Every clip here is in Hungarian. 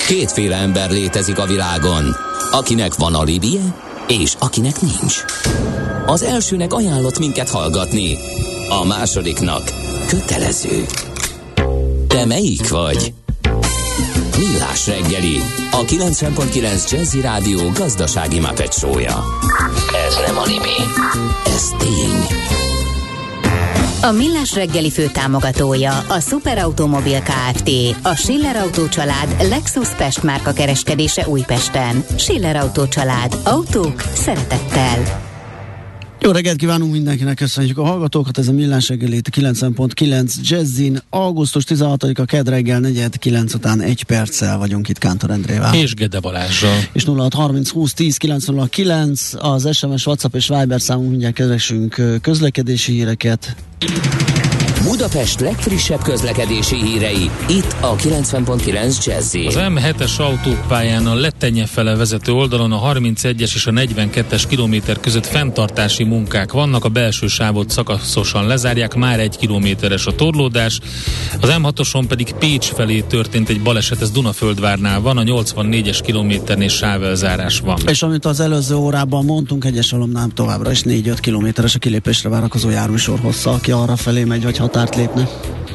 Kétféle ember létezik a világon, akinek van alibije, és akinek nincs. Az elsőnek ajánlott minket hallgatni, a másodiknak kötelező. Te melyik vagy? Millás reggeli, a 90.9 Jazzy Rádió gazdasági Muppet show-ja. Ez nem anime, ez tény. A Millás reggeli főtámogatója a Superautomobil Kft. A Schiller Autó család Lexus Pest márka kereskedése Újpesten. Schiller Autó család. Autók szeretettel. Jó reggelt kívánunk mindenkinek, köszönjük a hallgatókat, ez a Millás reggeli 90.9 Jazzin, augusztus 16-a kedd reggel 4:09 után 1 perccel vagyunk itt Kántor Endrével. És Gede Balázsral. És 0630 20 10 909 az SMS, WhatsApp és Viber számunk, mindjárt keresünk közlekedési híreket. Budapest legfrissebb közlekedési hírei, itt a 90.9 Jazzy. Az M7-es autópályán a Lettenye fele vezető oldalon a 31-es és a 42-es kilométer között fenntartási munkák vannak, a belső sávot szakaszosan lezárják, már 1 kilométeres a torlódás. Az M6-oson pedig Pécs felé történt egy baleset, ez Dunaföldvárnál van, a 84-es kilométernél sávelzárás van. És amit az előző órában mondtunk, egyes alomnál továbbra is 4-5 kilométeres a kilépésre várakozó járműsor hossza, aki arra felé megy, vagy határt lépne.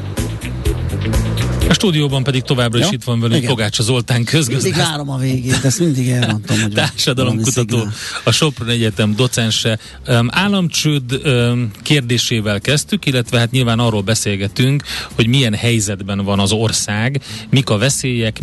A stúdióban pedig továbbra is itt van velünk Pogácsa Zoltán közgazdász. Mindig várom a végét, ezt mindig elmondtam, hogy társadalomkutató, a Sopron Egyetem docense. Államcsőd kérdésével kezdtük, illetve hát nyilván arról beszélgetünk, hogy milyen helyzetben van az ország, mik a veszélyek,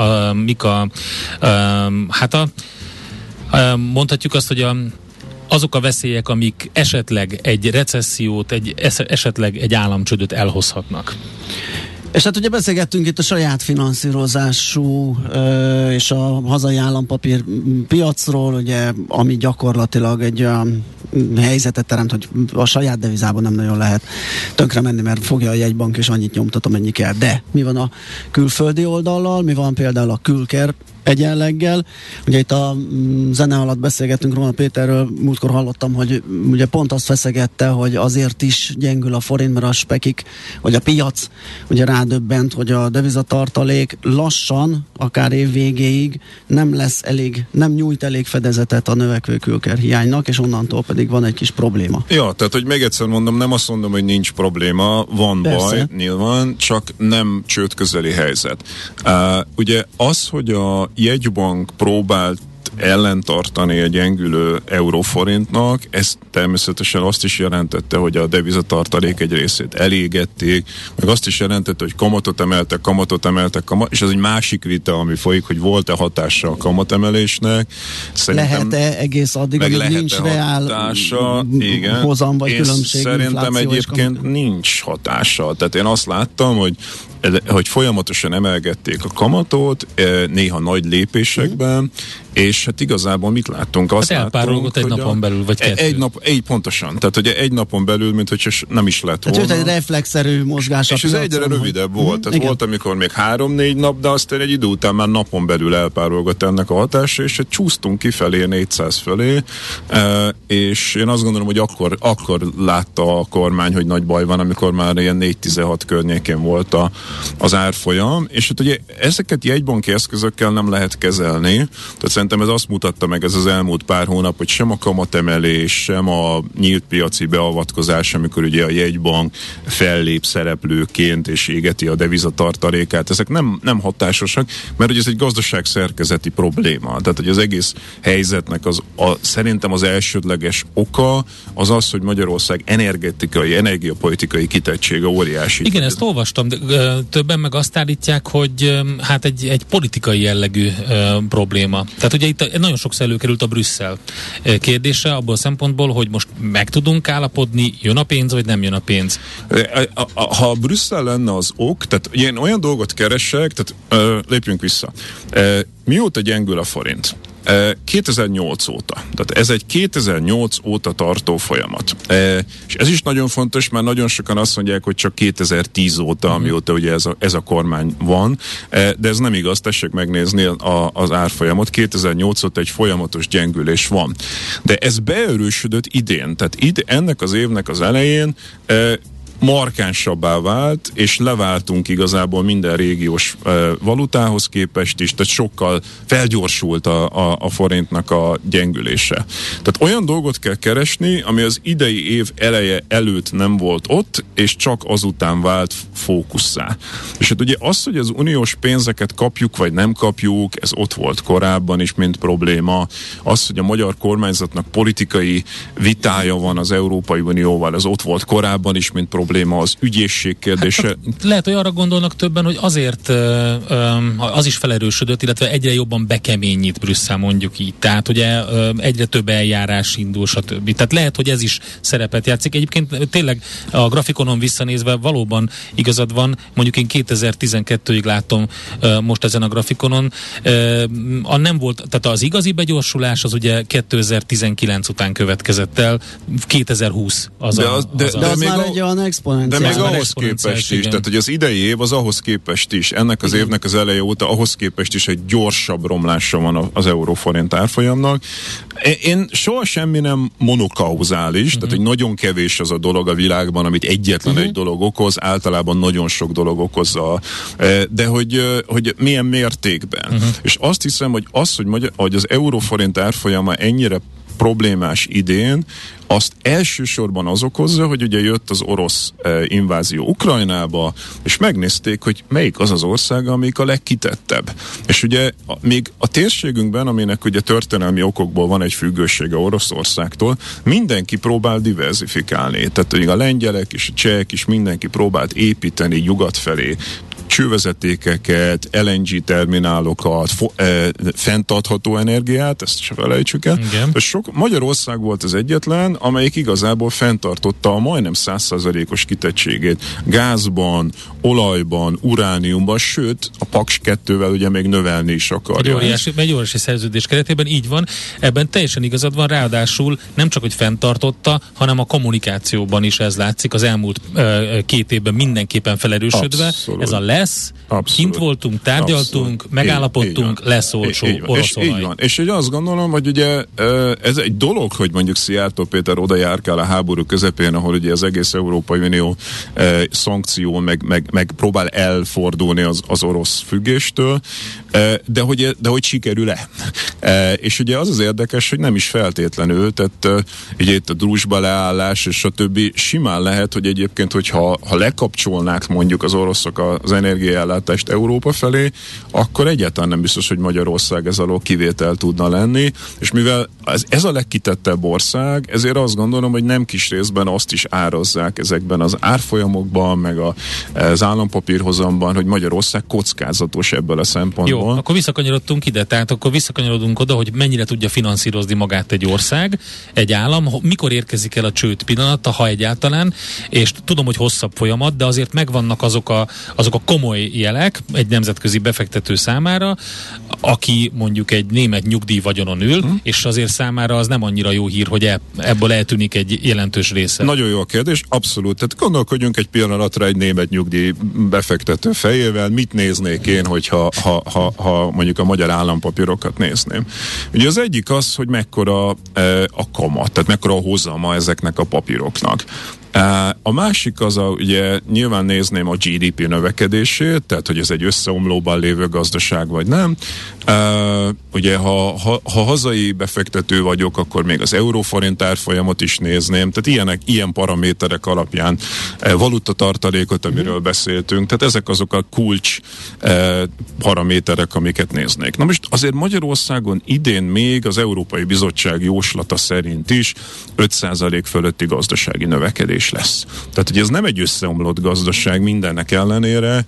mondhatjuk azt, hogy azok a veszélyek, amik esetleg egy recessziót, esetleg egy államcsődöt elhozhatnak. És hát ugye beszélgettünk itt a saját finanszírozású és a hazai állampapír piacról, ugye, ami gyakorlatilag egy olyan helyzetet teremt, hogy a saját devizában nem nagyon lehet tönkre menni, mert fogja a jegybank és annyit nyomtat, amennyi kell. De mi van a külföldi oldallal, mi van például a külker egyenleggel. Ugye itt a zene alatt beszélgettünk Róna Péterről, múltkor hallottam, hogy ugye pont azt feszegette, hogy azért is gyengül a forint, mert a spekik, vagy a piac ugye rádöbbent, hogy a devizatartalék lassan, akár év végéig nem nyújt elég fedezetet a növekvő külker hiánynak, és onnantól pedig van egy kis probléma. Ja, tehát, hogy még egyszer mondom, nem azt mondom, hogy nincs probléma, van persze baj, nyilván, csak nem csődközeli helyzet. Ugye az, hogy a jegybank próbált ellentartani a gyengülő euróforintnak, ez természetesen azt is jelentette, hogy a devizatartalék egy részét elégették, meg azt is jelentette, hogy kamatot emeltek, és ez egy másik vita, ami folyik, hogy volt-e hatása a kamatemelésnek. Lehet-e egész addig, amíg nincs reál hozam vagy különbség? Szerintem egyébként nincs hatása. Tehát én azt láttam, hogy folyamatosan emelgették a kamatot, néha nagy lépésekben, és hát igazából mit láttunk? Azt elpárolgott egy napon belül, vagy kettő? Pontosan. Tehát ugye egy napon belül, mint hogy nem is lett volna. Tehát egy reflexzerű mozgás. És ez egyre rövidebb volt. Tehát volt, amikor még 3-4 nap, de aztán egy idő után már napon belül elpárolgott ennek a hatása, és csúsztunk kifelé 400 fölé, és én azt gondolom, hogy akkor látta a kormány, hogy nagy baj van, amikor már ilyen 4,16 környékén volt az árfolyam, és hát ugye ezeket jegybanki eszközökkel nem lehet kezelni, tehát szerintem ez azt mutatta meg ez az elmúlt pár hónap, hogy sem a kamatemelés, sem a nyílt piaci beavatkozás, amikor ugye a jegybank fellép szereplőként és égeti a devizatartalékát, ezek nem hatásosak, mert ugye ez egy gazdaságszerkezeti probléma. Tehát, hogy az egész helyzetnek szerintem az elsődleges oka az, hogy Magyarország energiapolitikai kitettsége óriási. Igen, ezt olvastam, de többen meg azt állítják, hogy hát egy politikai jellegű probléma. Tehát ugye itt nagyon sokszor előkerült a Brüsszel kérdése abból a szempontból, hogy most meg tudunk állapodni, jön a pénz, vagy nem jön a pénz. Ha a Brüsszel lenne az ok, tehát én olyan dolgot keresek, tehát lépjünk vissza. Mióta gyengül a forint? 2008 óta. Tehát ez egy 2008 óta tartó folyamat. És ez is nagyon fontos, mert nagyon sokan azt mondják, hogy csak 2010 óta, amióta ugye ez a kormány van, de ez nem igaz, tessék megnézni az árfolyamot. 2008 óta egy folyamatos gyengülés van. De ez beerősödött idén, tehát ennek az évnek az elején markánsabbá vált, és leváltunk igazából minden régiós valutához képest is, tehát sokkal felgyorsult a forintnak a gyengülése. Tehát olyan dolgot kell keresni, ami az idei év eleje előtt nem volt ott, és csak azután vált fókusszá. És hát ugye az, hogy az uniós pénzeket kapjuk, vagy nem kapjuk, ez ott volt korábban is, mint probléma. Az, hogy a magyar kormányzatnak politikai vitája van az Európai Unióval, ez ott volt korábban is, mint probléma, az ügyészség kérdése. Hát, lehet, hogy arra gondolnak többen, hogy azért az is felerősödött, illetve egyre jobban bekeményít Brüsszel, mondjuk így. Tehát ugye egyre több eljárás indul, stb. Tehát lehet, hogy ez is szerepet játszik. Egyébként tényleg a grafikonon visszanézve valóban igazad van, mondjuk én 2012-ig látom most ezen a grafikonon. Nem volt, tehát az igazi begyorsulás az ugye 2019 után következett el, 2020 az az már egy olyan exponenciális. De még ahhoz képest is, tehát hogy az idei év az ahhoz képest is, ennek az évnek az eleje óta ahhoz képest is egy gyorsabb romlása van az euróforint árfolyamnak. Én soha semmi nem monokauzális, tehát hogy nagyon kevés az a dolog a világban, amit egyetlen egy dolog okoz, általában nagyon sok dolog okozza, de hogy milyen mértékben. És azt hiszem, hogy az euróforint árfolyama ennyire problémás idén, azt elsősorban az okozza, hogy ugye jött az orosz invázió Ukrajnába, és megnézték, hogy melyik az az ország, amelyik a legkitettebb. És ugye még a térségünkben, aminek ugye történelmi okokból van egy függősége Oroszországtól, mindenki próbál diverzifikálni. Tehát ugye a lengyelek és a csehek is mindenki próbált építeni nyugat felé csővezetékeket, LNG terminálokat, fenntartható energiát, ezt se felejtsük el. Magyarország volt az egyetlen, amelyik igazából fenntartotta a majdnem 100%-os kitettségét gázban, olajban, urániumban, sőt, a Paks 2-vel ugye még növelni is akarja. Egy óriási szerződés keretében így van, ebben teljesen igazad van, ráadásul nem csak, hogy fenntartotta, hanem a kommunikációban is ez látszik, az elmúlt 2 évben mindenképpen felerősödve. Abszolút. Ez a lesz, kint voltunk, tárgyaltunk, megállapodtunk, lesz olcsó orosz olaj. Így van. És ugye azt gondolom, hogy ugye ez egy dolog, hogy mondjuk Szijjártó Péter oda járkál a háború közepén, ahol ugye az egész Európai Unió szankció meg próbál elfordulni az orosz függéstől, de hogy sikerül-e? És ugye az érdekes, hogy nem is feltétlenül, tehát ugye itt a drúzsba leállás és a többi simán lehet, hogy egyébként, hogyha lekapcsolnák mondjuk az oroszok az energiaellátást Európa felé, akkor egyáltalán nem biztos, hogy Magyarország ez alól kivétel tudna lenni, és mivel ez a legkitettebb ország, ezért azt gondolom, hogy nem kis részben azt is árazzák ezekben az árfolyamokban, meg az állampapírhozamban, hogy Magyarország kockázatos ebből a szempontból. Jó, akkor visszakanyarodtunk ide, tehát akkor visszakanyarodunk oda, hogy mennyire tudja finanszírozni magát egy ország, egy állam, mikor érkezik el a csőd pillanata, ha egyáltalán, és tudom, hogy hosszabb folyamat, de azért megvannak azok a komoly jelek egy nemzetközi befektető számára, aki mondjuk egy német nyugdíj vagyonon ül, és azért számára az nem annyira jó hír, hogy ebből eltűnik egy jelentős része. Nagyon jó a kérdés, abszolút. Tehát gondolkodjunk egy pillanatra egy német nyugdíj befektető fejével, mit néznék én, hogyha ha mondjuk a magyar állampapírokat nézném. Ugye az egyik az, hogy mekkora a kamat, tehát mekkora a hozama ezeknek a papíroknak. A másik az ugye nyilván nézném a GDP növekedését, tehát hogy ez egy összeomlóban lévő gazdaság vagy nem. Ugye ha hazai befektető vagyok, akkor még az euróforint árfolyamot is nézném, tehát ilyen paraméterek alapján valutatartalékot, amiről beszéltünk, tehát ezek azok a kulcs paraméterek, amiket néznék. Na most azért Magyarországon idén még az Európai Bizottság jóslata szerint is 5% fölötti gazdasági növekedés lesz. Tehát, hogy ez nem egy összeomlott gazdaság mindennek ellenére,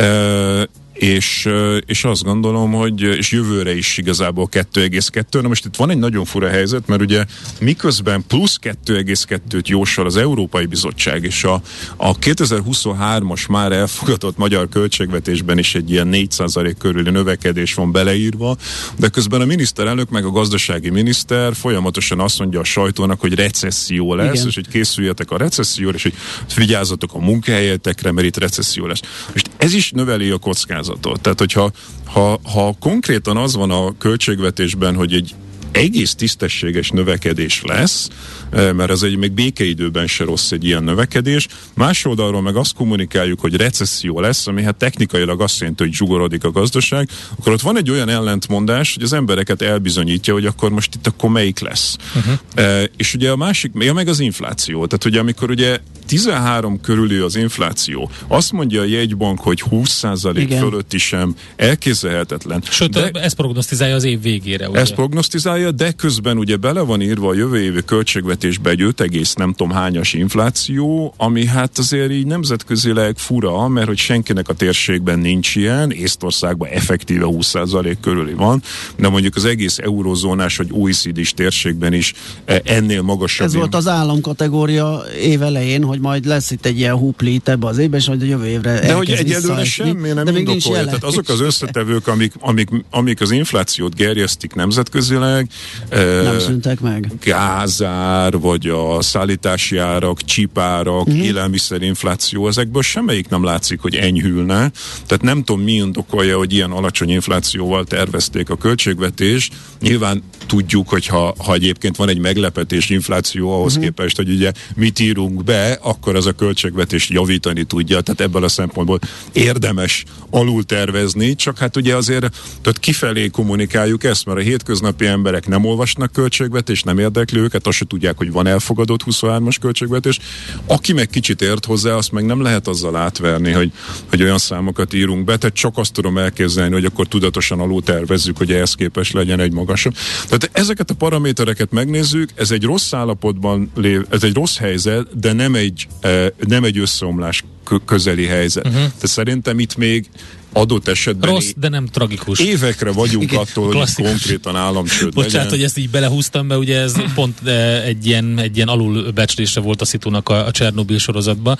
és azt gondolom, hogy és jövőre is igazából 2,2. Na most itt van egy nagyon fura helyzet, mert ugye miközben plusz 2,2-t jósol az Európai Bizottság, és a 2023-as már elfogadott magyar költségvetésben is egy ilyen 4% körüli növekedés van beleírva, de közben a miniszterelnök meg a gazdasági miniszter folyamatosan azt mondja a sajtónak, hogy recesszió lesz, igen, és hogy készüljetek a recesszióra, és hogy vigyázzatok a munkahelyetekre, mert itt recesszió lesz. Most ez is növeli a kockázatot. Tehát, hogyha ha konkrétan az van a költségvetésben, hogy egy egész tisztességes növekedés lesz, mert ez egy még békeidőben se rossz egy ilyen növekedés. Más oldalról meg azt kommunikáljuk, hogy recesszió lesz, ami hát technikailag azt jelenti, hogy zsugorodik a gazdaság, akkor ott van egy olyan ellentmondás, hogy az embereket elbizonyítja, hogy akkor most itt akkor melyik lesz. És ugye a másik, meg az infláció. Tehát ugye amikor ugye 13 körüli az infláció, azt mondja a jegybank, hogy 20% fölötti sem elképzelhetetlen. Sőt, ezt prognosztizálja az év végére. Ugye? Ezt prognosztizálja, de közben ugye bele van írva a jövő évi költségvetésbe egy 5, nem tudom hányas infláció, ami hát azért így nemzetközileg fura, mert hogy senkinek a térségben nincs ilyen, Észtországban effektíve 20% körüli van, de mondjuk az egész eurozónás vagy OECD-s térségben is ennél magasabb. Ez volt az államkategória év elején, hogy majd lesz itt egy ilyen huplit ebbe az évben, és majd a jövő évre de hogy egyelőre semmi nem indokolja. Tehát azok az összetevők, amik az inflációt gerjesztik nemzetközileg, nem szűntek meg. Gázár, vagy a szállítási árak, csipárak, élelmiszerinfláció, ezekből semmelyik nem látszik, hogy enyhülne. Tehát nem tudom, mi indokolja, hogy ilyen alacsony inflációval tervezték a költségvetést. Nyilván tudjuk, hogy ha egyébként van egy meglepetés infláció ahhoz képest, hogy ugye mit írunk be, akkor az a költségvetést javítani tudja. Tehát ebből a szempontból érdemes alul tervezni, csak hát ugye azért tehát kifelé kommunikáljuk ezt, mert a hétköznapi emberek nem olvasnak költségvetést, nem érdekli őket, azt se tudják, hogy van elfogadott 23-as költségvetés. Aki meg kicsit ért hozzá, azt meg nem lehet azzal átverni, hogy olyan számokat írunk be, tehát csak azt tudom elképzelni, hogy akkor tudatosan alul tervezzük, hogy ehhez képest legyen egy magasabb. Tehát ezeket a paramétereket megnézzük, ez egy rossz állapotban ez egy rossz helyzet, de nem egy összeomlás közeli helyzet. Tehát szerintem itt még adott esetben rossz, de nem tragikus. Évekre vagyunk attól, hogy konkrétan államcsőd Bocsánat, hogy ezt így belehúztam be, ugye ez pont egy ilyen alulbecslésre volt a szitunak a Csernobil sorozatban,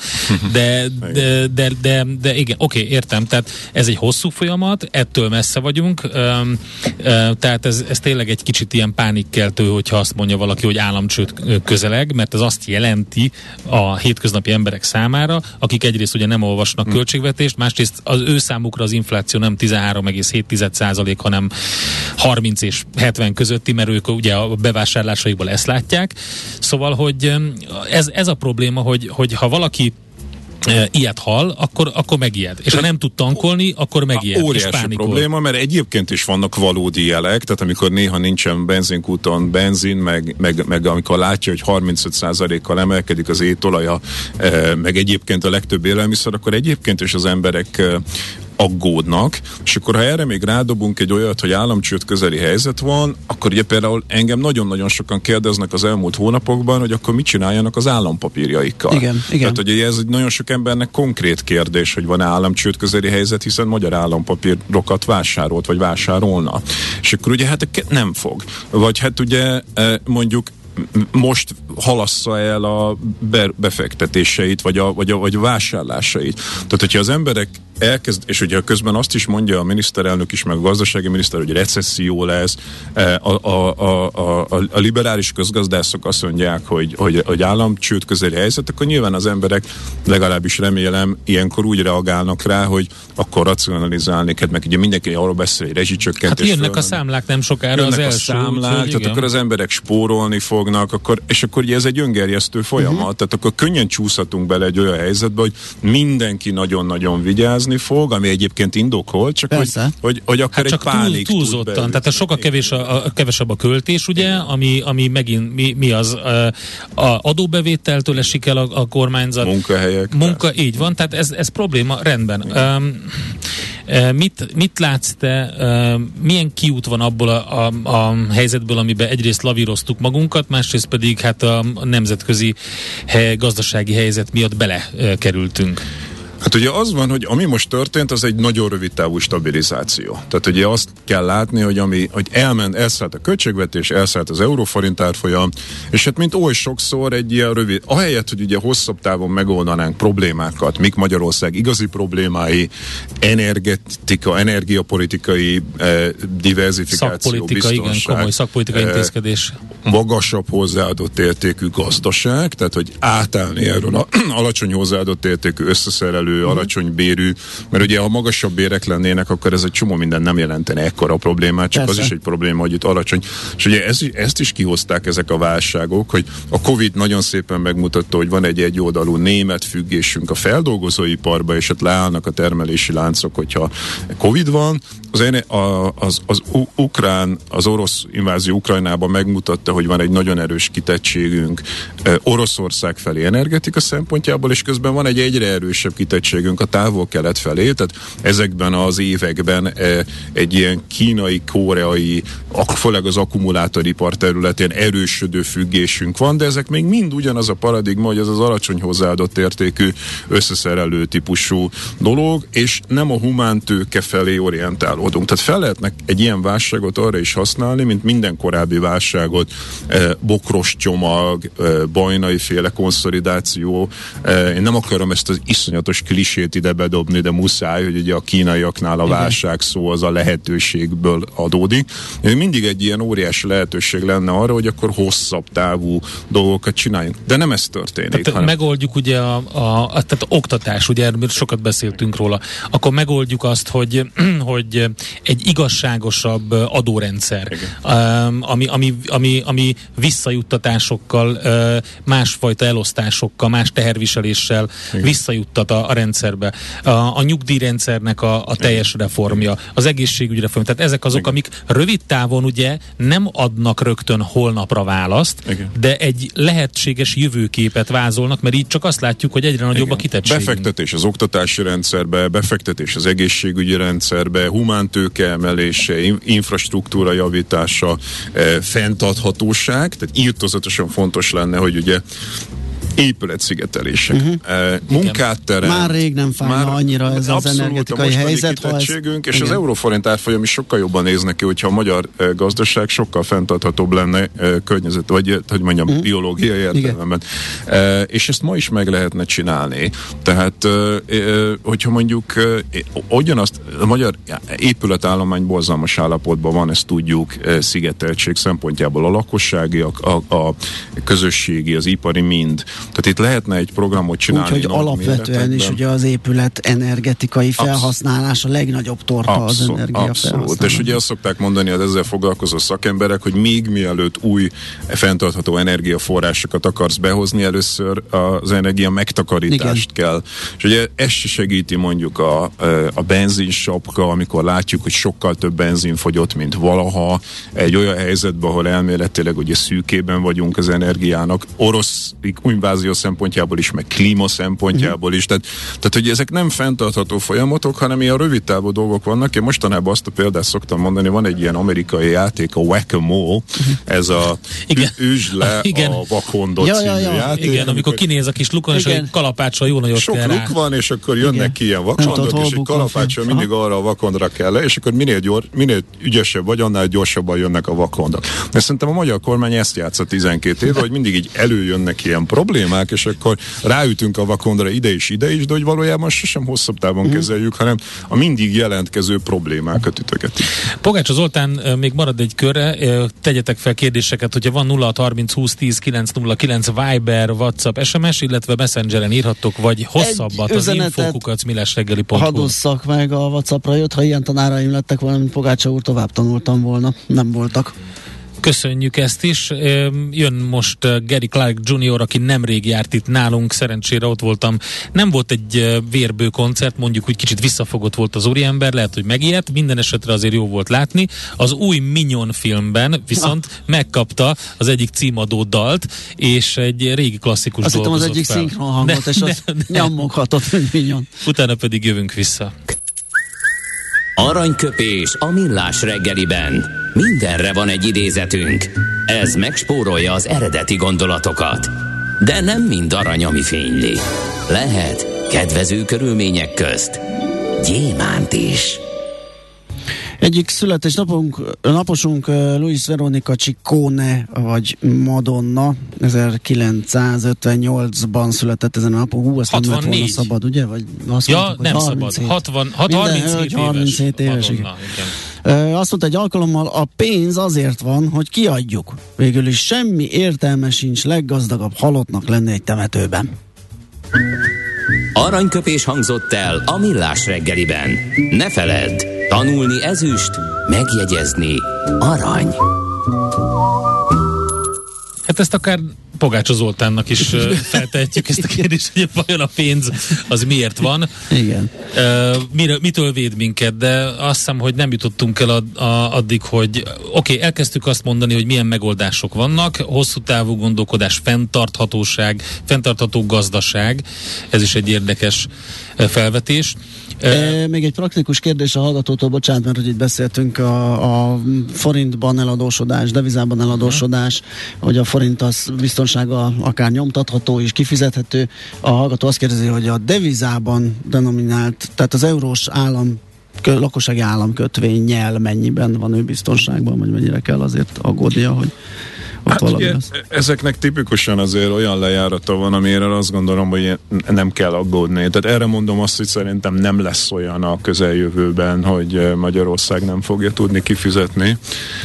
de igen, oké, értem, tehát ez egy hosszú folyamat, ettől messze vagyunk, tehát ez tényleg egy kicsit ilyen pánikkeltő, hogyha azt mondja valaki, hogy államcsőd közeleg, mert ez azt jelenti a hétköznapi emberek számára, akik egyrészt ugye nem olvasnak költségvetést, másrészt az ő számukra az infláció nem 13,7%, hanem 30 és 70 közötti, mert ők ugye a bevásárlásaikból ezt látják. Szóval, hogy ez a probléma, hogy ha valaki ilyet hall, akkor megijed. És ha nem tud tankolni, akkor megijed. Óriási probléma, mert egyébként is vannak valódi jelek, tehát amikor néha nincsen benzinkúton benzin, meg amikor látja, hogy 35%-kal emelkedik az étolaja, meg egyébként a legtöbb élelmiszer, akkor egyébként is az emberek aggódnak, és akkor ha erre még rádobunk egy olyat, hogy államcsőd közeli helyzet van, akkor ugye például engem nagyon-nagyon sokan kérdeznek az elmúlt hónapokban, hogy akkor mit csináljanak az állampapírjaikkal. Igen. Tehát ugye ez nagyon sok embernek konkrét kérdés, hogy van-e államcsőd közeli helyzet, hiszen magyar állampapírokat vásárolt, vagy vásárolna. És akkor ugye hát nem fog. Vagy hát ugye mondjuk most halassza el a befektetéseit, vagy a vásárlásait. Tehát, hogyha az emberek és ugye közben azt is mondja a miniszterelnök is, meg a gazdasági miniszter, hogy recesszió lesz, a liberális közgazdászok azt mondják, hogy államcsőd közeli helyzet, akkor nyilván az emberek, legalábbis remélem, ilyenkor úgy reagálnak rá, hogy akkor racionalizálni kell, meg ugye mindenki arról beszél, hogy rezsicsökkentés. Hát jönnek a számlák nem sokára, az első. Tehát akkor az emberek spórolni fognak, és akkor ugye ez egy öngerjesztő folyamat, tehát akkor könnyen csúszhatunk bele egy olyan helyzetbe, hogy mindenki nagyon-nagyon vigyázni fog, ami egyébként indokolt, csak hogy akár egy pánik túlzottan, tehát sokkal kevesebb a költés, ugye, ami megint mi az a adóbevételtől esik el a kormányzat. Munkahelyek. Így van, tehát ez probléma, rendben. Mit látsz te, milyen kiút van abból a helyzetből, amiben egyrészt lavíroztuk magunkat, másrészt pedig hát a nemzetközi gazdasági helyzet miatt belekerültünk? Hát ugye az van, hogy ami most történt, az egy nagyon rövid távú stabilizáció. Tehát ugye azt kell látni, hogy elszállt a költségvetés, elszállt az euróforint árfolyam, és hát mint oly sokszor egy ilyen rövid, ahelyett, hogy ugye hosszabb távon megoldanánk problémákat, mik Magyarország igazi problémái, energetika, energiapolitikai diverzifikáció, biztonság. Igen, komoly szakpolitikai intézkedés. Magasabb hozzáadott értékű gazdaság, tehát hogy átállni erről alacsony hozzáadott értékű összeszerelő termelő, alacsony bérű, mert ugye ha magasabb bérek lennének, akkor ez egy csomó minden nem jelentene ekkora problémát, csak persze. Az is egy probléma, hogy itt alacsony. És ugye ezt is kihozták ezek a válságok, hogy a Covid nagyon szépen megmutatta, hogy van egy egyoldalú német függésünk a feldolgozóiparba, és ott leállnak a termelési láncok, hogyha Covid van. Az orosz invázió Ukrajnában megmutatta, hogy van egy nagyon erős kitettségünk Oroszország felé energetika szempontjából, és közben van egy egyre erősebb kitettségünk a távol-kelet felé, tehát ezekben az években egy ilyen kínai, koreai, főleg az akkumulátoripar területén erősödő függésünk van, de ezek még mind ugyanaz a paradigma, hogy ez az alacsony hozzáadott értékű összeszerelő típusú dolog, és nem a humántőke felé orientálódunk. Tehát fel lehetnek egy ilyen válságot arra is használni, mint minden korábbi válságot, bokros csomag, bajnai féle konszolidáció. Én nem akarom ezt az iszonyatos klisét ide bedobni, de muszáj, hogy ugye a kínaiaknál a válság szó az a lehetőségből adódik. Mindig egy ilyen óriási lehetőség lenne arra, hogy akkor hosszabb távú dolgokat csináljunk. De nem ez történik. Tehát hanem megoldjuk ugye tehát oktatás, ugye erről sokat beszéltünk róla, akkor megoldjuk azt, hogy egy igazságosabb adórendszer, ami visszajuttatásokkal, másfajta elosztásokkal, más teherviseléssel visszajuttat a rendszerbe. A nyugdíjrendszernek a teljes reformja, az egészségügy reformja. Tehát ezek azok, amik rövid távon ugye nem adnak rögtön holnapra választ, de egy lehetséges jövőképet vázolnak, mert így csak azt látjuk, hogy egyre nagyobb a kitettség. Befektetés az oktatási rendszerbe, befektetés az egészségügyi rendszerbe, humántőke emelése, infrastruktúra javítása, fenntarthatóság, tehát írtózatosan fontos lenne, hogy ugye épületszigetelések. Munkátterem. Már rég nem fájna annyira ez az energetikai helyzet. És az euróforint árfolyam is sokkal jobban néznek ki, hogyha a magyar gazdaság sokkal fenntarthatóbb lenne környezet, vagy hogy mondjam, biológiai értelemben. És ezt ma is meg lehetne csinálni. Tehát, hogyha mondjuk ugyanazt, a magyar épületállomány borzalmas állapotban van, ezt tudjuk, szigeteltség szempontjából a lakossági, a közösségi, az ipari mind. Tehát itt lehetne egy programot csinálni. Úgyhogy alapvetően is ugye az épület energetikai felhasználás a legnagyobb torka az energia felhasználás. És ugye azt szokták mondani az ezzel foglalkozó szakemberek, hogy még mielőtt új fenntartható energiaforrásokat akarsz behozni, először az energia megtakarítást kell. És ugye ez se segíti mondjuk a benzinsapka, amikor látjuk, hogy sokkal több benzin fogyott, mint valaha. Egy olyan helyzetben, ahol elméletileg ugye szűkében vagyunk az energiának, orosz invázió szempontjából is, meg klíma szempontjából is. Tehát, hogy ezek nem fenntartható folyamatok, hanem ilyen rövid távú dolgok vannak. Én mostanában azt a példát szoktam mondani, van egy ilyen amerikai játék, a Whack-A-Mole, ez a üsd le a vakondot című játék. Igen, amikor kinéz a kis lukon, és egy kalapáccsal jó nagyot sok kell luk van, és akkor jönnek ki ilyen vakondok, és egy kalapáccsal mindig arra a vakondra kell le, és akkor minél ügyesebb vagy, annál gyorsabban jönnek a vakondok. De szerintem a magyar kormány ezt játsza 12 éve, hogy mindig így előjönnek ilyen problémák, és akkor ráütünk a vakondra ide is, de hogy valójában sosem hosszabb távon kezeljük, hanem a mindig jelentkező problémákat ütögetünk. Pogács Zoltán, még marad egy körre, tegyetek fel kérdéseket, hogyha van 0630 20 10 909 Viber, WhatsApp, SMS, illetve Messengeren írhattok, vagy hosszabbat az info@millásreggeli.hu. Hadosszak meg, a WhatsAppra jött, ha ilyen tanáraim lettek volna, mint Pogácsa úr, tovább tanultam volna. Nem voltak. Köszönjük ezt is. Jön most Gary Clark Jr., aki nemrég járt itt nálunk, szerencsére ott voltam. Nem volt egy vérbő koncert, mondjuk úgy kicsit visszafogott volt az úriember, lehet, hogy megijedt, minden esetre azért jó volt látni. Az új Minion filmben viszont megkapta az egyik címadó dalt, és egy régi klasszikus azt dolgozott hittem, az egyik szinkron hangot, és az nyomoghatott, mint Minion. Utána pedig jövünk vissza. Aranyköpés a Millás reggeliben. Mindenre van egy idézetünk. Ez megspórolja az eredeti gondolatokat. De nem mind arany, ami fényli. Lehet kedvező körülmények közt gyémánt is. Egyik naposunk Luis Veronica Ciccone, vagy Madonna, 1958-ban született ezen a napon. Azt 64. nem lett volna szabad, ugye? Vagy azt ja, mondtuk, nem 37 éves. Igen. Azt mondta egy alkalommal, a pénz azért van, hogy kiadjuk. Végül is semmi értelme sincs leggazdagabb halottnak lenni egy temetőben. Aranyköpés hangzott el a Millás reggeliben. Ne feledd, tanulni ezüst, megjegyezni arany. Hát ezt akár Pogácsa Zoltánnak is feltehetjük ezt a kérdést, hogy vajon a pénz az miért van. Igen. Mitől véd minket, de azt hiszem, hogy nem jutottunk el addig, hogy oké, elkezdtük azt mondani, hogy milyen megoldások vannak, hosszú távú gondolkodás, fenntarthatóság, fenntartható gazdaság, ez is egy érdekes felvetés. Még egy praktikus kérdés a hallgatótól, bocsánat, mert hogy itt beszéltünk a forintban eladósodás, devizában eladósodás, hogy a forint az biztonsága akár nyomtatható és kifizethető. A hallgató azt kérdezi, hogy a devizában denominált, tehát az eurós lakossági államkötvényel mennyiben van ő biztonságban, vagy mennyire kell azért aggódnia, hogy hát ugye, ezeknek tipikusan azért olyan lejárata van, amire azt gondolom, hogy nem kell aggódni. Tehát erre mondom azt, hogy szerintem nem lesz olyan a közeljövőben, hogy Magyarország nem fogja tudni kifizetni.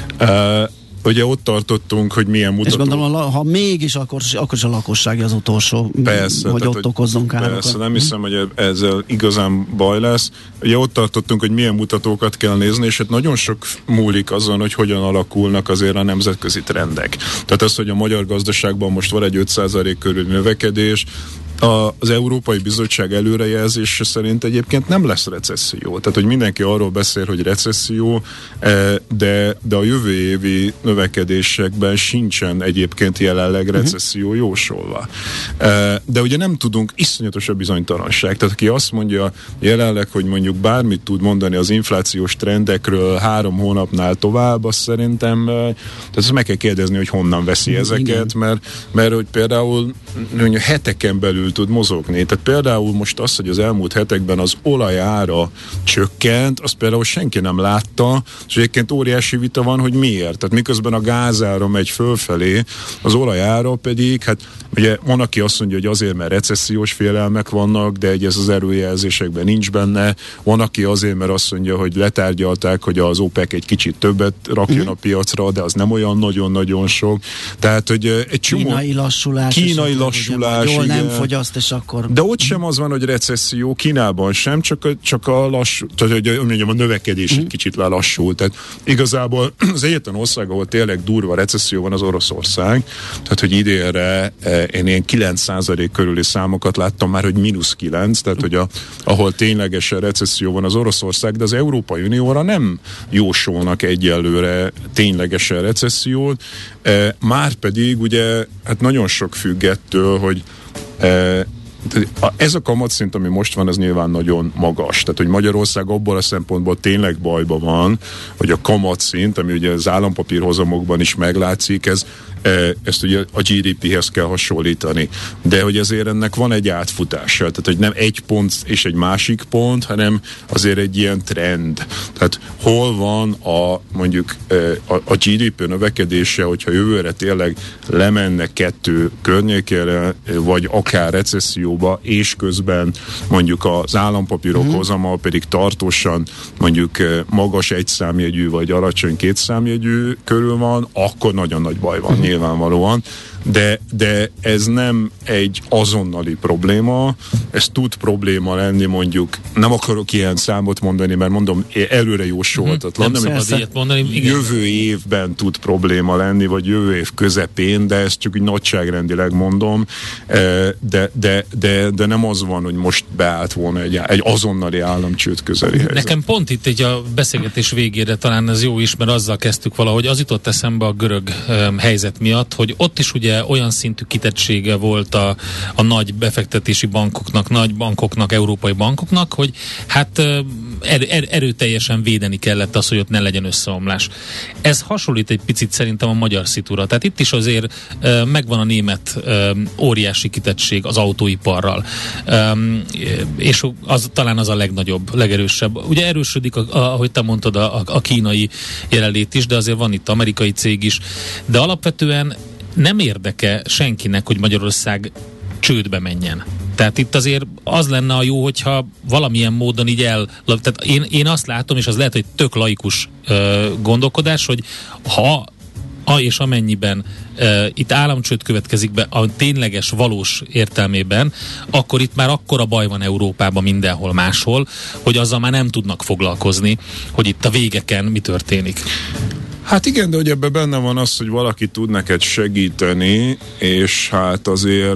Ugye ott tartottunk, hogy milyen mutató. És gondolom, ha mégis, akkor is a lakossági az utolsó, persze, hogy ott okozzon károkat. Persze, nem hiszem, hogy ezzel igazán baj lesz. Ugye ott tartottunk, hogy milyen mutatókat kell nézni, és hát nagyon sok múlik azon, hogy hogyan alakulnak azért a nemzetközi trendek. Tehát az, hogy a magyar gazdaságban most van egy 5% körüli növekedés, az Európai Bizottság előrejelzése szerint egyébként nem lesz recesszió. Tehát, hogy mindenki arról beszél, hogy recesszió, de a jövő évi növekedésekben sincsen egyébként jelenleg recesszió jósolva. De ugye nem tudunk, iszonyatos a bizonytalanság. Tehát aki azt mondja jelenleg, hogy mondjuk bármit tud mondani az inflációs trendekről 3 hónapnál tovább, azt szerintem, tehát ezt meg kell kérdezni, hogy honnan veszi ezeket, mert hogy például heteken belül tud mozogni. Tehát például most az, hogy az elmúlt hetekben az olajára csökkent, azt például senki nem látta, és egyébként óriási vita van, hogy miért. Tehát miközben a gázára megy fölfelé, az olajára pedig, hát ugye van, aki azt mondja, hogy azért, mert recessziós félelmek vannak, de ez az előjelzésekben nincs benne. Van, aki azért, mert azt mondja, hogy letárgyalták, hogy az OPEC egy kicsit többet rakjon a piacra, de az nem olyan nagyon-nagyon sok. Tehát, hogy egy csomó... Kínai lassulás, jól nem fogyaszt, és akkor... De ott sem az van, hogy recesszió, Kínában sem, csak a lassú, tehát hogy mondjam, a növekedés egy kicsit lelassul. Tehát igazából az egyetlen ország, ahol tényleg durva recesszió van, az Oroszország. Tehát, hogy idénre én ilyen 9% körüli számokat láttam már, hogy -9, tehát, hogy ahol ténylegesen recesszió van, az Oroszország, de az Európai Unióra nem jósolnak egyelőre ténylegesen recessziót. Márpedig ugye, hát nagyon sok függ ettől, hogy ez a kamatszint, ami most van, az nyilván nagyon magas. Tehát, hogy Magyarország abból a szempontból tényleg bajban van, hogy a kamatszint, ami ugye az állampapírhozamokban is meglátszik, ezt ugye a GDP-hez kell hasonlítani. De hogy azért ennek van egy átfutása, tehát hogy nem egy pont és egy másik pont, hanem azért egy ilyen trend. Tehát hol van mondjuk a GDP növekedése, hogyha jövőre tényleg lemenne 2 környékére, vagy akár recesszióba, és közben mondjuk az állampapírok hozama pedig tartósan mondjuk magas 1 számjegyű, vagy alacsony 2 számjegyű körül van, akkor nagyon nagy baj van nyilvánvalóan, de ez nem egy azonnali probléma, ez tud probléma lenni, mondjuk, nem akarok ilyen számot mondani, mert mondom, előre jósolhatatlan, jövő évben tud probléma lenni, vagy jövő év közepén, de ezt csak úgy nagyságrendileg mondom, de nem az van, hogy most beállt volna egy azonnali államcsőd közeli helyzet. Nekem pont itt egy a beszélgetés végére talán ez jó is, mert azzal kezdtük valahogy, az jutott eszembe a görög helyzet miatt, hogy ott is ugye olyan szintű kitettsége volt a nagy befektetési bankoknak, nagy bankoknak, európai bankoknak, hogy hát erőteljesen védeni kellett az, hogy ott ne legyen összeomlás. Ez hasonlít egy picit szerintem a magyar szitúra. Tehát itt is azért megvan a német óriási kitettség az autóiparral. És talán az a legnagyobb, legerősebb. Ugye erősödik, ahogy te mondtad, a kínai jelenlét is, de azért van itt amerikai cég is. De alapvetően nem érdeke senkinek, hogy Magyarország csődbe menjen. Tehát itt azért az lenne a jó, hogyha valamilyen módon így tehát én azt látom, és az lehet, hogy tök laikus gondolkodás, hogy ha ha és amennyiben itt államcsőd következik be a tényleges, valós értelmében, akkor itt már akkora baj van Európában mindenhol máshol, hogy azzal már nem tudnak foglalkozni, hogy itt a végeken mi történik. Hát igen, de hogy ebben benne van az, hogy valaki tud neked segíteni, és hát azért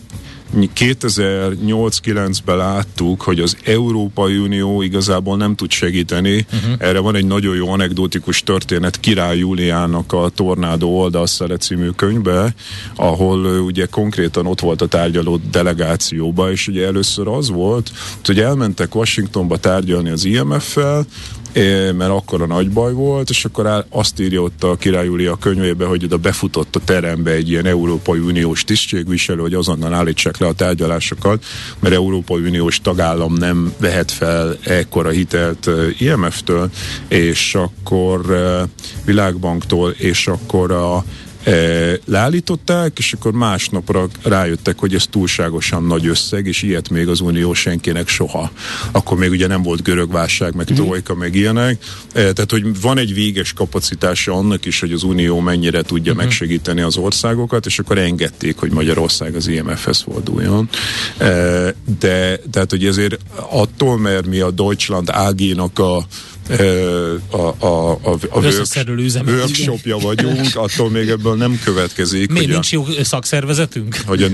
2008-9-ben láttuk, hogy az Európai Unió igazából nem tud segíteni. Erre van egy nagyon jó anekdotikus történet Király Júliának a Tornádó oldalszele című könyvbe, ahol ugye konkrétan ott volt a tárgyaló delegációba, és ugye először az volt, hogy elmentek Washingtonba tárgyalni az IMF-fel, mert akkor a nagy baj volt, és akkor azt írja ott a Király Júlia könyvébe, hogy oda befutott a terembe egy ilyen Európai Uniós tisztségviselő, hogy azonnal állítsák le a tárgyalásokat, mert Európai Uniós tagállam nem vehet fel ekkora hitelt IMF-től, és akkor Világbanktól, és akkor leállították, és akkor másnapra rájöttek, hogy ez túlságosan nagy összeg, és ilyet még az Unió senkinek soha. Akkor még ugye nem volt görög válság, meg trojka, meg ilyenek. Tehát, hogy van egy véges kapacitása annak is, hogy az Unió mennyire tudja megsegíteni az országokat, és akkor engedték, hogy Magyarország az IMF-hez forduljon. De tehát, hogy ezért attól, mert mi a Deutschland AG-nak a workshopja vagyunk, attól még ebből nem következik. Miért nincs jó szakszervezetünk? Hogy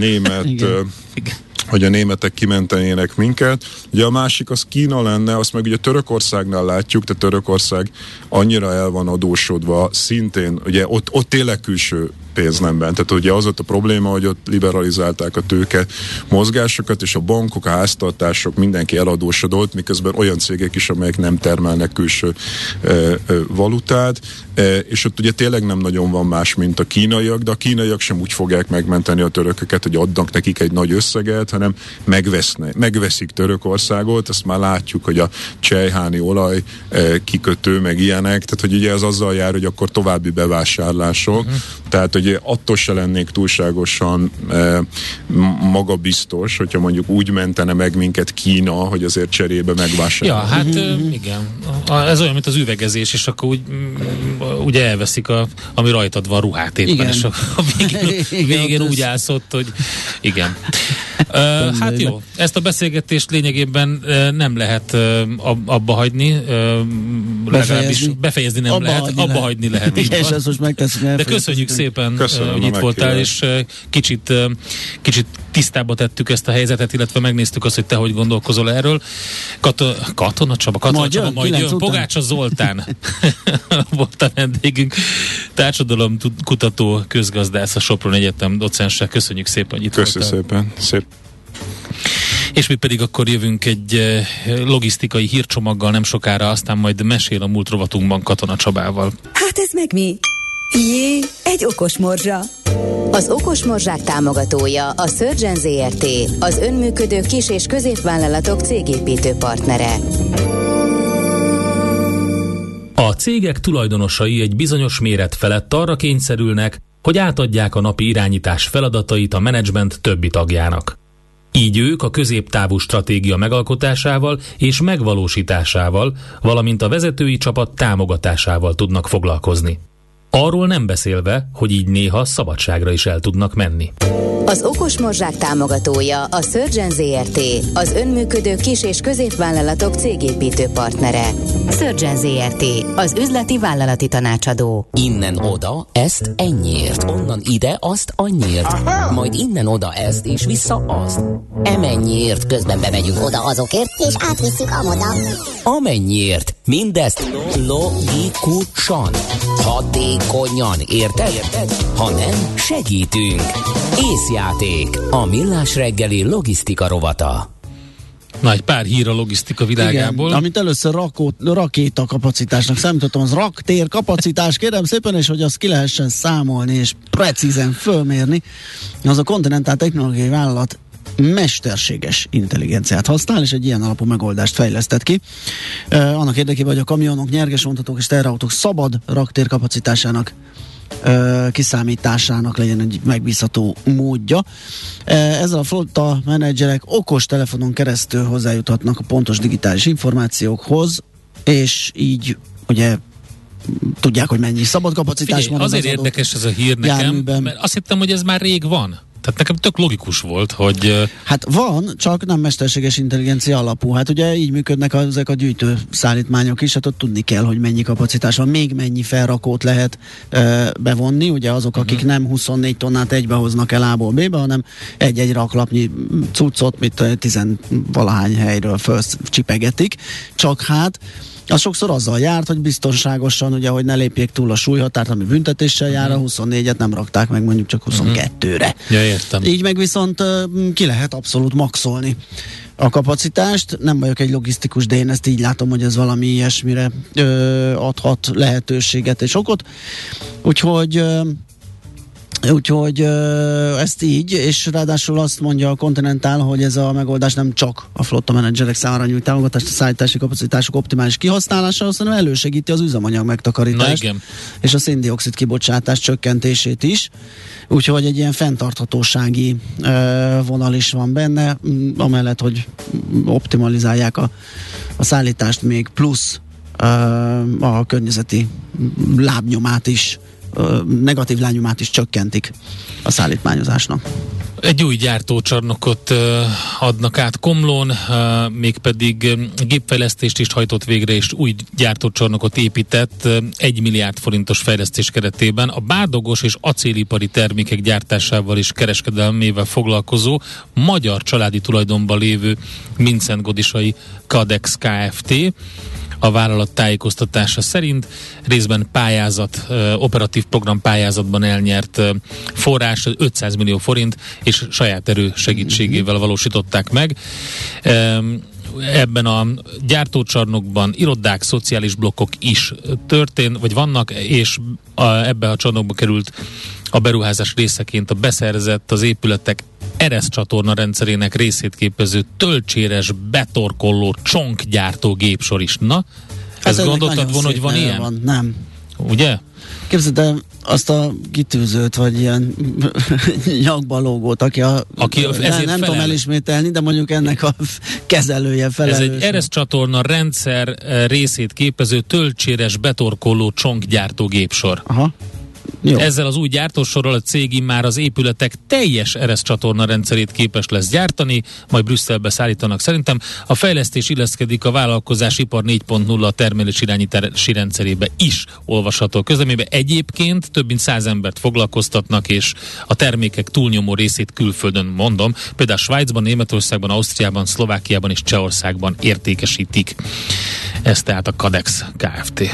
a németek kimentenének minket. Ugye a másik az Kína lenne, azt meg ugye Törökországnál látjuk, de Törökország annyira el van adósodva, szintén, ugye ott tényleg külső pénz nem bent. Tehát ugye az ott a probléma, hogy ott liberalizálták a tőke mozgásokat, és a bankok, a háztartások, mindenki eladósodott, miközben olyan cégek is, amelyek nem termelnek külső valutát, és ott ugye tényleg nem nagyon van más, mint a kínaiak, de a kínaiak sem úgy fogják megmenteni a törököket, hogy adnak nekik egy nagy összeget, hanem megveszik Törökországot, ezt már látjuk, hogy a csejháni olaj kikötő, meg ilyenek, tehát hogy ugye ez azzal jár, hogy akkor további bevásárlások, tehát hogy attól se lennék túlságosan magabiztos, hogyha mondjuk úgy mentene meg minket Kína, hogy azért cserébe megvásárolják. Ja, hát igen. Ez olyan, mint az üvegezés, és akkor ugye elveszik, ami rajtad van, ruhát éppen, igen. És a végén úgy állsz ott, hogy igen. Hát jó, ezt a beszélgetést lényegében nem lehet abba hagyni, befejezni nem lehet, abba hagyni lehet. És ezt most megteszünk. De köszönjük szépen, hogy itt voltál, és kicsit tisztába tettük ezt a helyzetet, illetve megnéztük azt, hogy te hogy gondolkozol erről. Katona Csaba majd jön. Pogácsa Zoltán volt a vendégünk. Társadalomkutató, közgazdász, a Sopron Egyetem docense. Köszönjük szépen, hogy itt voltál. Köszönjük szépen. Szép. És mi pedig akkor jövünk egy logisztikai hírcsomaggal nem sokára, aztán majd mesél a múlt rovatunkban Katona Csabával. Hát ez meg mi? Jé, egy okos morzsa. Az okos morzsák támogatója a Surgeon Zrt., az önműködő kis- és középvállalatok cégépítő partnere. A cégek tulajdonosai egy bizonyos méret felett arra kényszerülnek, hogy átadják a napi irányítás feladatait a menedzsment többi tagjának. Így ők a középtávú stratégia megalkotásával és megvalósításával, valamint a vezetői csapat támogatásával tudnak foglalkozni. Arról nem beszélve, hogy így néha szabadságra is el tudnak menni. Az okos morzsák támogatója a Surgeon Zrt., az önműködő kis- és középvállalatok cégépítő partnere. Surgeon Zrt., az üzleti vállalati tanácsadó. Innen oda, ezt ennyiért, onnan ide, azt annyiért, majd innen oda ezt, és vissza azt. Emennyiért, közben bemegyünk oda azokért, és átvisszük amoda. amennyiért. Mindezt logikusan, hatékonyan, érted? Ha nem, segítünk. Észjáték, a Millás reggeli logisztika rovata. Na, egy pár hír a logisztika világából. Igen, amit először rakéta kapacitásnak számítottam, az raktér kapacitás, kérem szépen, és hogy azt ki lehessen számolni, és precízen fölmérni, az a Continental technológiai vállalat mesterséges intelligenciát használ, és egy ilyen alapú megoldást fejlesztett ki. Annak érdekében, hogy a kamionok, nyergesvontatók és teherautók szabad raktérkapacitásának kiszámításának legyen egy megbízható módja. Ezzel a flotta menedzserek okos telefonon keresztül hozzájuthatnak a pontos digitális információkhoz, és így ugye tudják, hogy mennyi szabad kapacitás van. Azért érdekes ez a hír nekem, járműben. Mert azt hittem, hogy ez már rég van. Tehát nekem tök logikus volt, hogy... Hát van, csak nem mesterséges intelligencia alapú. Hát ugye így működnek ezek a gyűjtő szállítmányok is, hát ott tudni kell, hogy mennyi kapacitás van, még mennyi felrakót lehet bevonni, ugye azok, akik nem 24 tonnát egybehoznak el A-ból B-be, hanem egy-egy raklapnyi cuccot, mit 10-valahány helyről fölcsipegetik. Csak hát az sokszor azzal járt, hogy biztonságosan, ugye, hogy ne lépjék túl a súlyhatárt, ami büntetéssel jár, a 24-et nem rakták meg mondjuk csak 22-re. Ja, értem. Így meg viszont ki lehet abszolút maxolni a kapacitást. Nem vagyok egy logisztikus, de én ezt így látom, hogy ez valami ilyesmire adhat lehetőséget és okot. Úgyhogy ezt így, és ráadásul azt mondja a Continental, hogy ez a megoldás nem csak a flotta menedzserek számára nyújt támogatást a szállítási kapacitások optimális kihasználása, hanem elősegíti az üzemanyag megtakarítást és a szén-dioxid kibocsátás csökkentését is. Úgyhogy egy ilyen fenntarthatósági vonal is van benne, amellett, hogy optimalizálják a szállítást, még plusz a környezeti lábnyomát is, negatív lábnyomát is csökkentik a szállítmányozásnak. Egy új gyártócsarnokot adnak át Komlón, mégpedig gépfejlesztést is hajtott végre, és új gyártócsarnokot épített 1 milliárd forintos fejlesztés keretében. A bárdogos és acélipari termékek gyártásával és kereskedelmével foglalkozó magyar családi tulajdonban lévő Mincent-Godisai Cadex Kft. A vállalat tájékoztatása szerint részben pályázat, operatív program pályázatban elnyert forrás, 500 millió forint, és saját erő segítségével valósították meg. Ebben a gyártócsarnokban irodák, szociális blokkok is vagy vannak, és ebbe a csarnokba került a beruházás részeként a beszerzett, az épületek ereszcsatorna rendszerének részét képező tölcséres, betorkolló csonkgyártó gépsor is. Na, ezt gondoltad volna, hogy van ilyen? Van. Nem. Ugye? Képzeld el azt a kitűzőt, vagy ilyen nyakba lógót, aki nem tudom elismételni, de mondjuk ennek a kezelője, felelős. Ez egy ereszcsatorna rendszer részét képező tölcséres, betorkolló csonkgyártó gépsor. Aha. Jó. Ezzel az új gyártósorral a cég immár az épületek teljes ereszcsatorna rendszerét képes lesz gyártani, majd Brüsszelbe szállítanak szerintem. A fejlesztés illeszkedik a vállalkozás ipar 4.0 a termelés irányítási rendszerébe is olvasható közleménybe. Egyébként több mint 100 embert foglalkoztatnak, és a termékek túlnyomó részét külföldön, mondom, például Svájcban, Németországban, Ausztriában, Szlovákiában és Csehországban értékesítik. Ez tehát a Cadex Kft.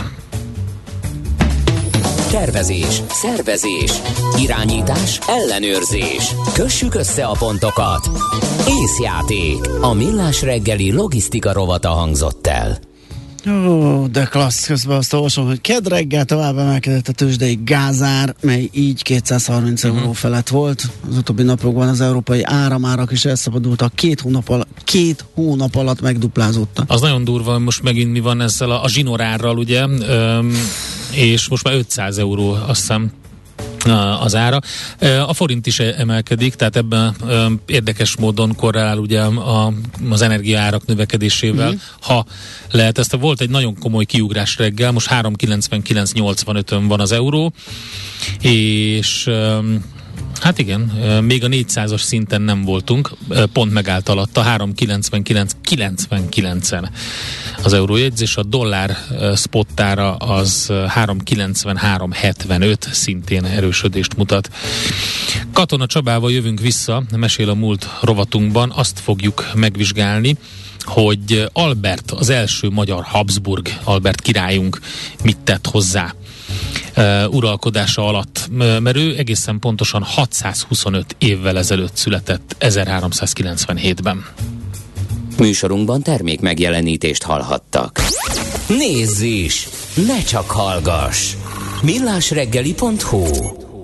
Tervezés, szervezés, irányítás, ellenőrzés. Kössük össze a pontokat. Észjáték. A Millás reggeli logisztika rovata hangzott el. Ó, de klassz, közben azt olvasom, hogy kedd reggel tovább emelkedett a tőzsdei gázár, mely így 230 euró felett volt. Az utóbbi napokban az európai áramárak is elszabadultak, 2 hónap alatt megduplázódtak. Az nagyon durva, most megint mi van ezzel a zsinorárral, ugye, és most már 500 euró, azt hiszem, az ára. A forint is emelkedik, tehát ebben érdekes módon korrelál ugye az energiaárak növekedésével, ha lehet. Ezt volt egy nagyon komoly kiugrás reggel, most 3,99,85-ön van az euró, és hát igen, még a 400-as szinten nem voltunk, pont megállt alatt a 3,99,99-en az eurójegyzés, a dollár spottára az 3,93,75 szintén erősödést mutat. Katona Csabával jövünk vissza, mesél a múlt rovatunkban, azt fogjuk megvizsgálni, hogy Albert, az első magyar Habsburg, Albert királyunk mit tett hozzá uralkodása alatt, mert ő egészen pontosan 625 évvel ezelőtt született, 1397-ben. Műsorunkban termék megjelenítést hallhattak. Nézz is! Ne csak hallgass! millásreggeli.hu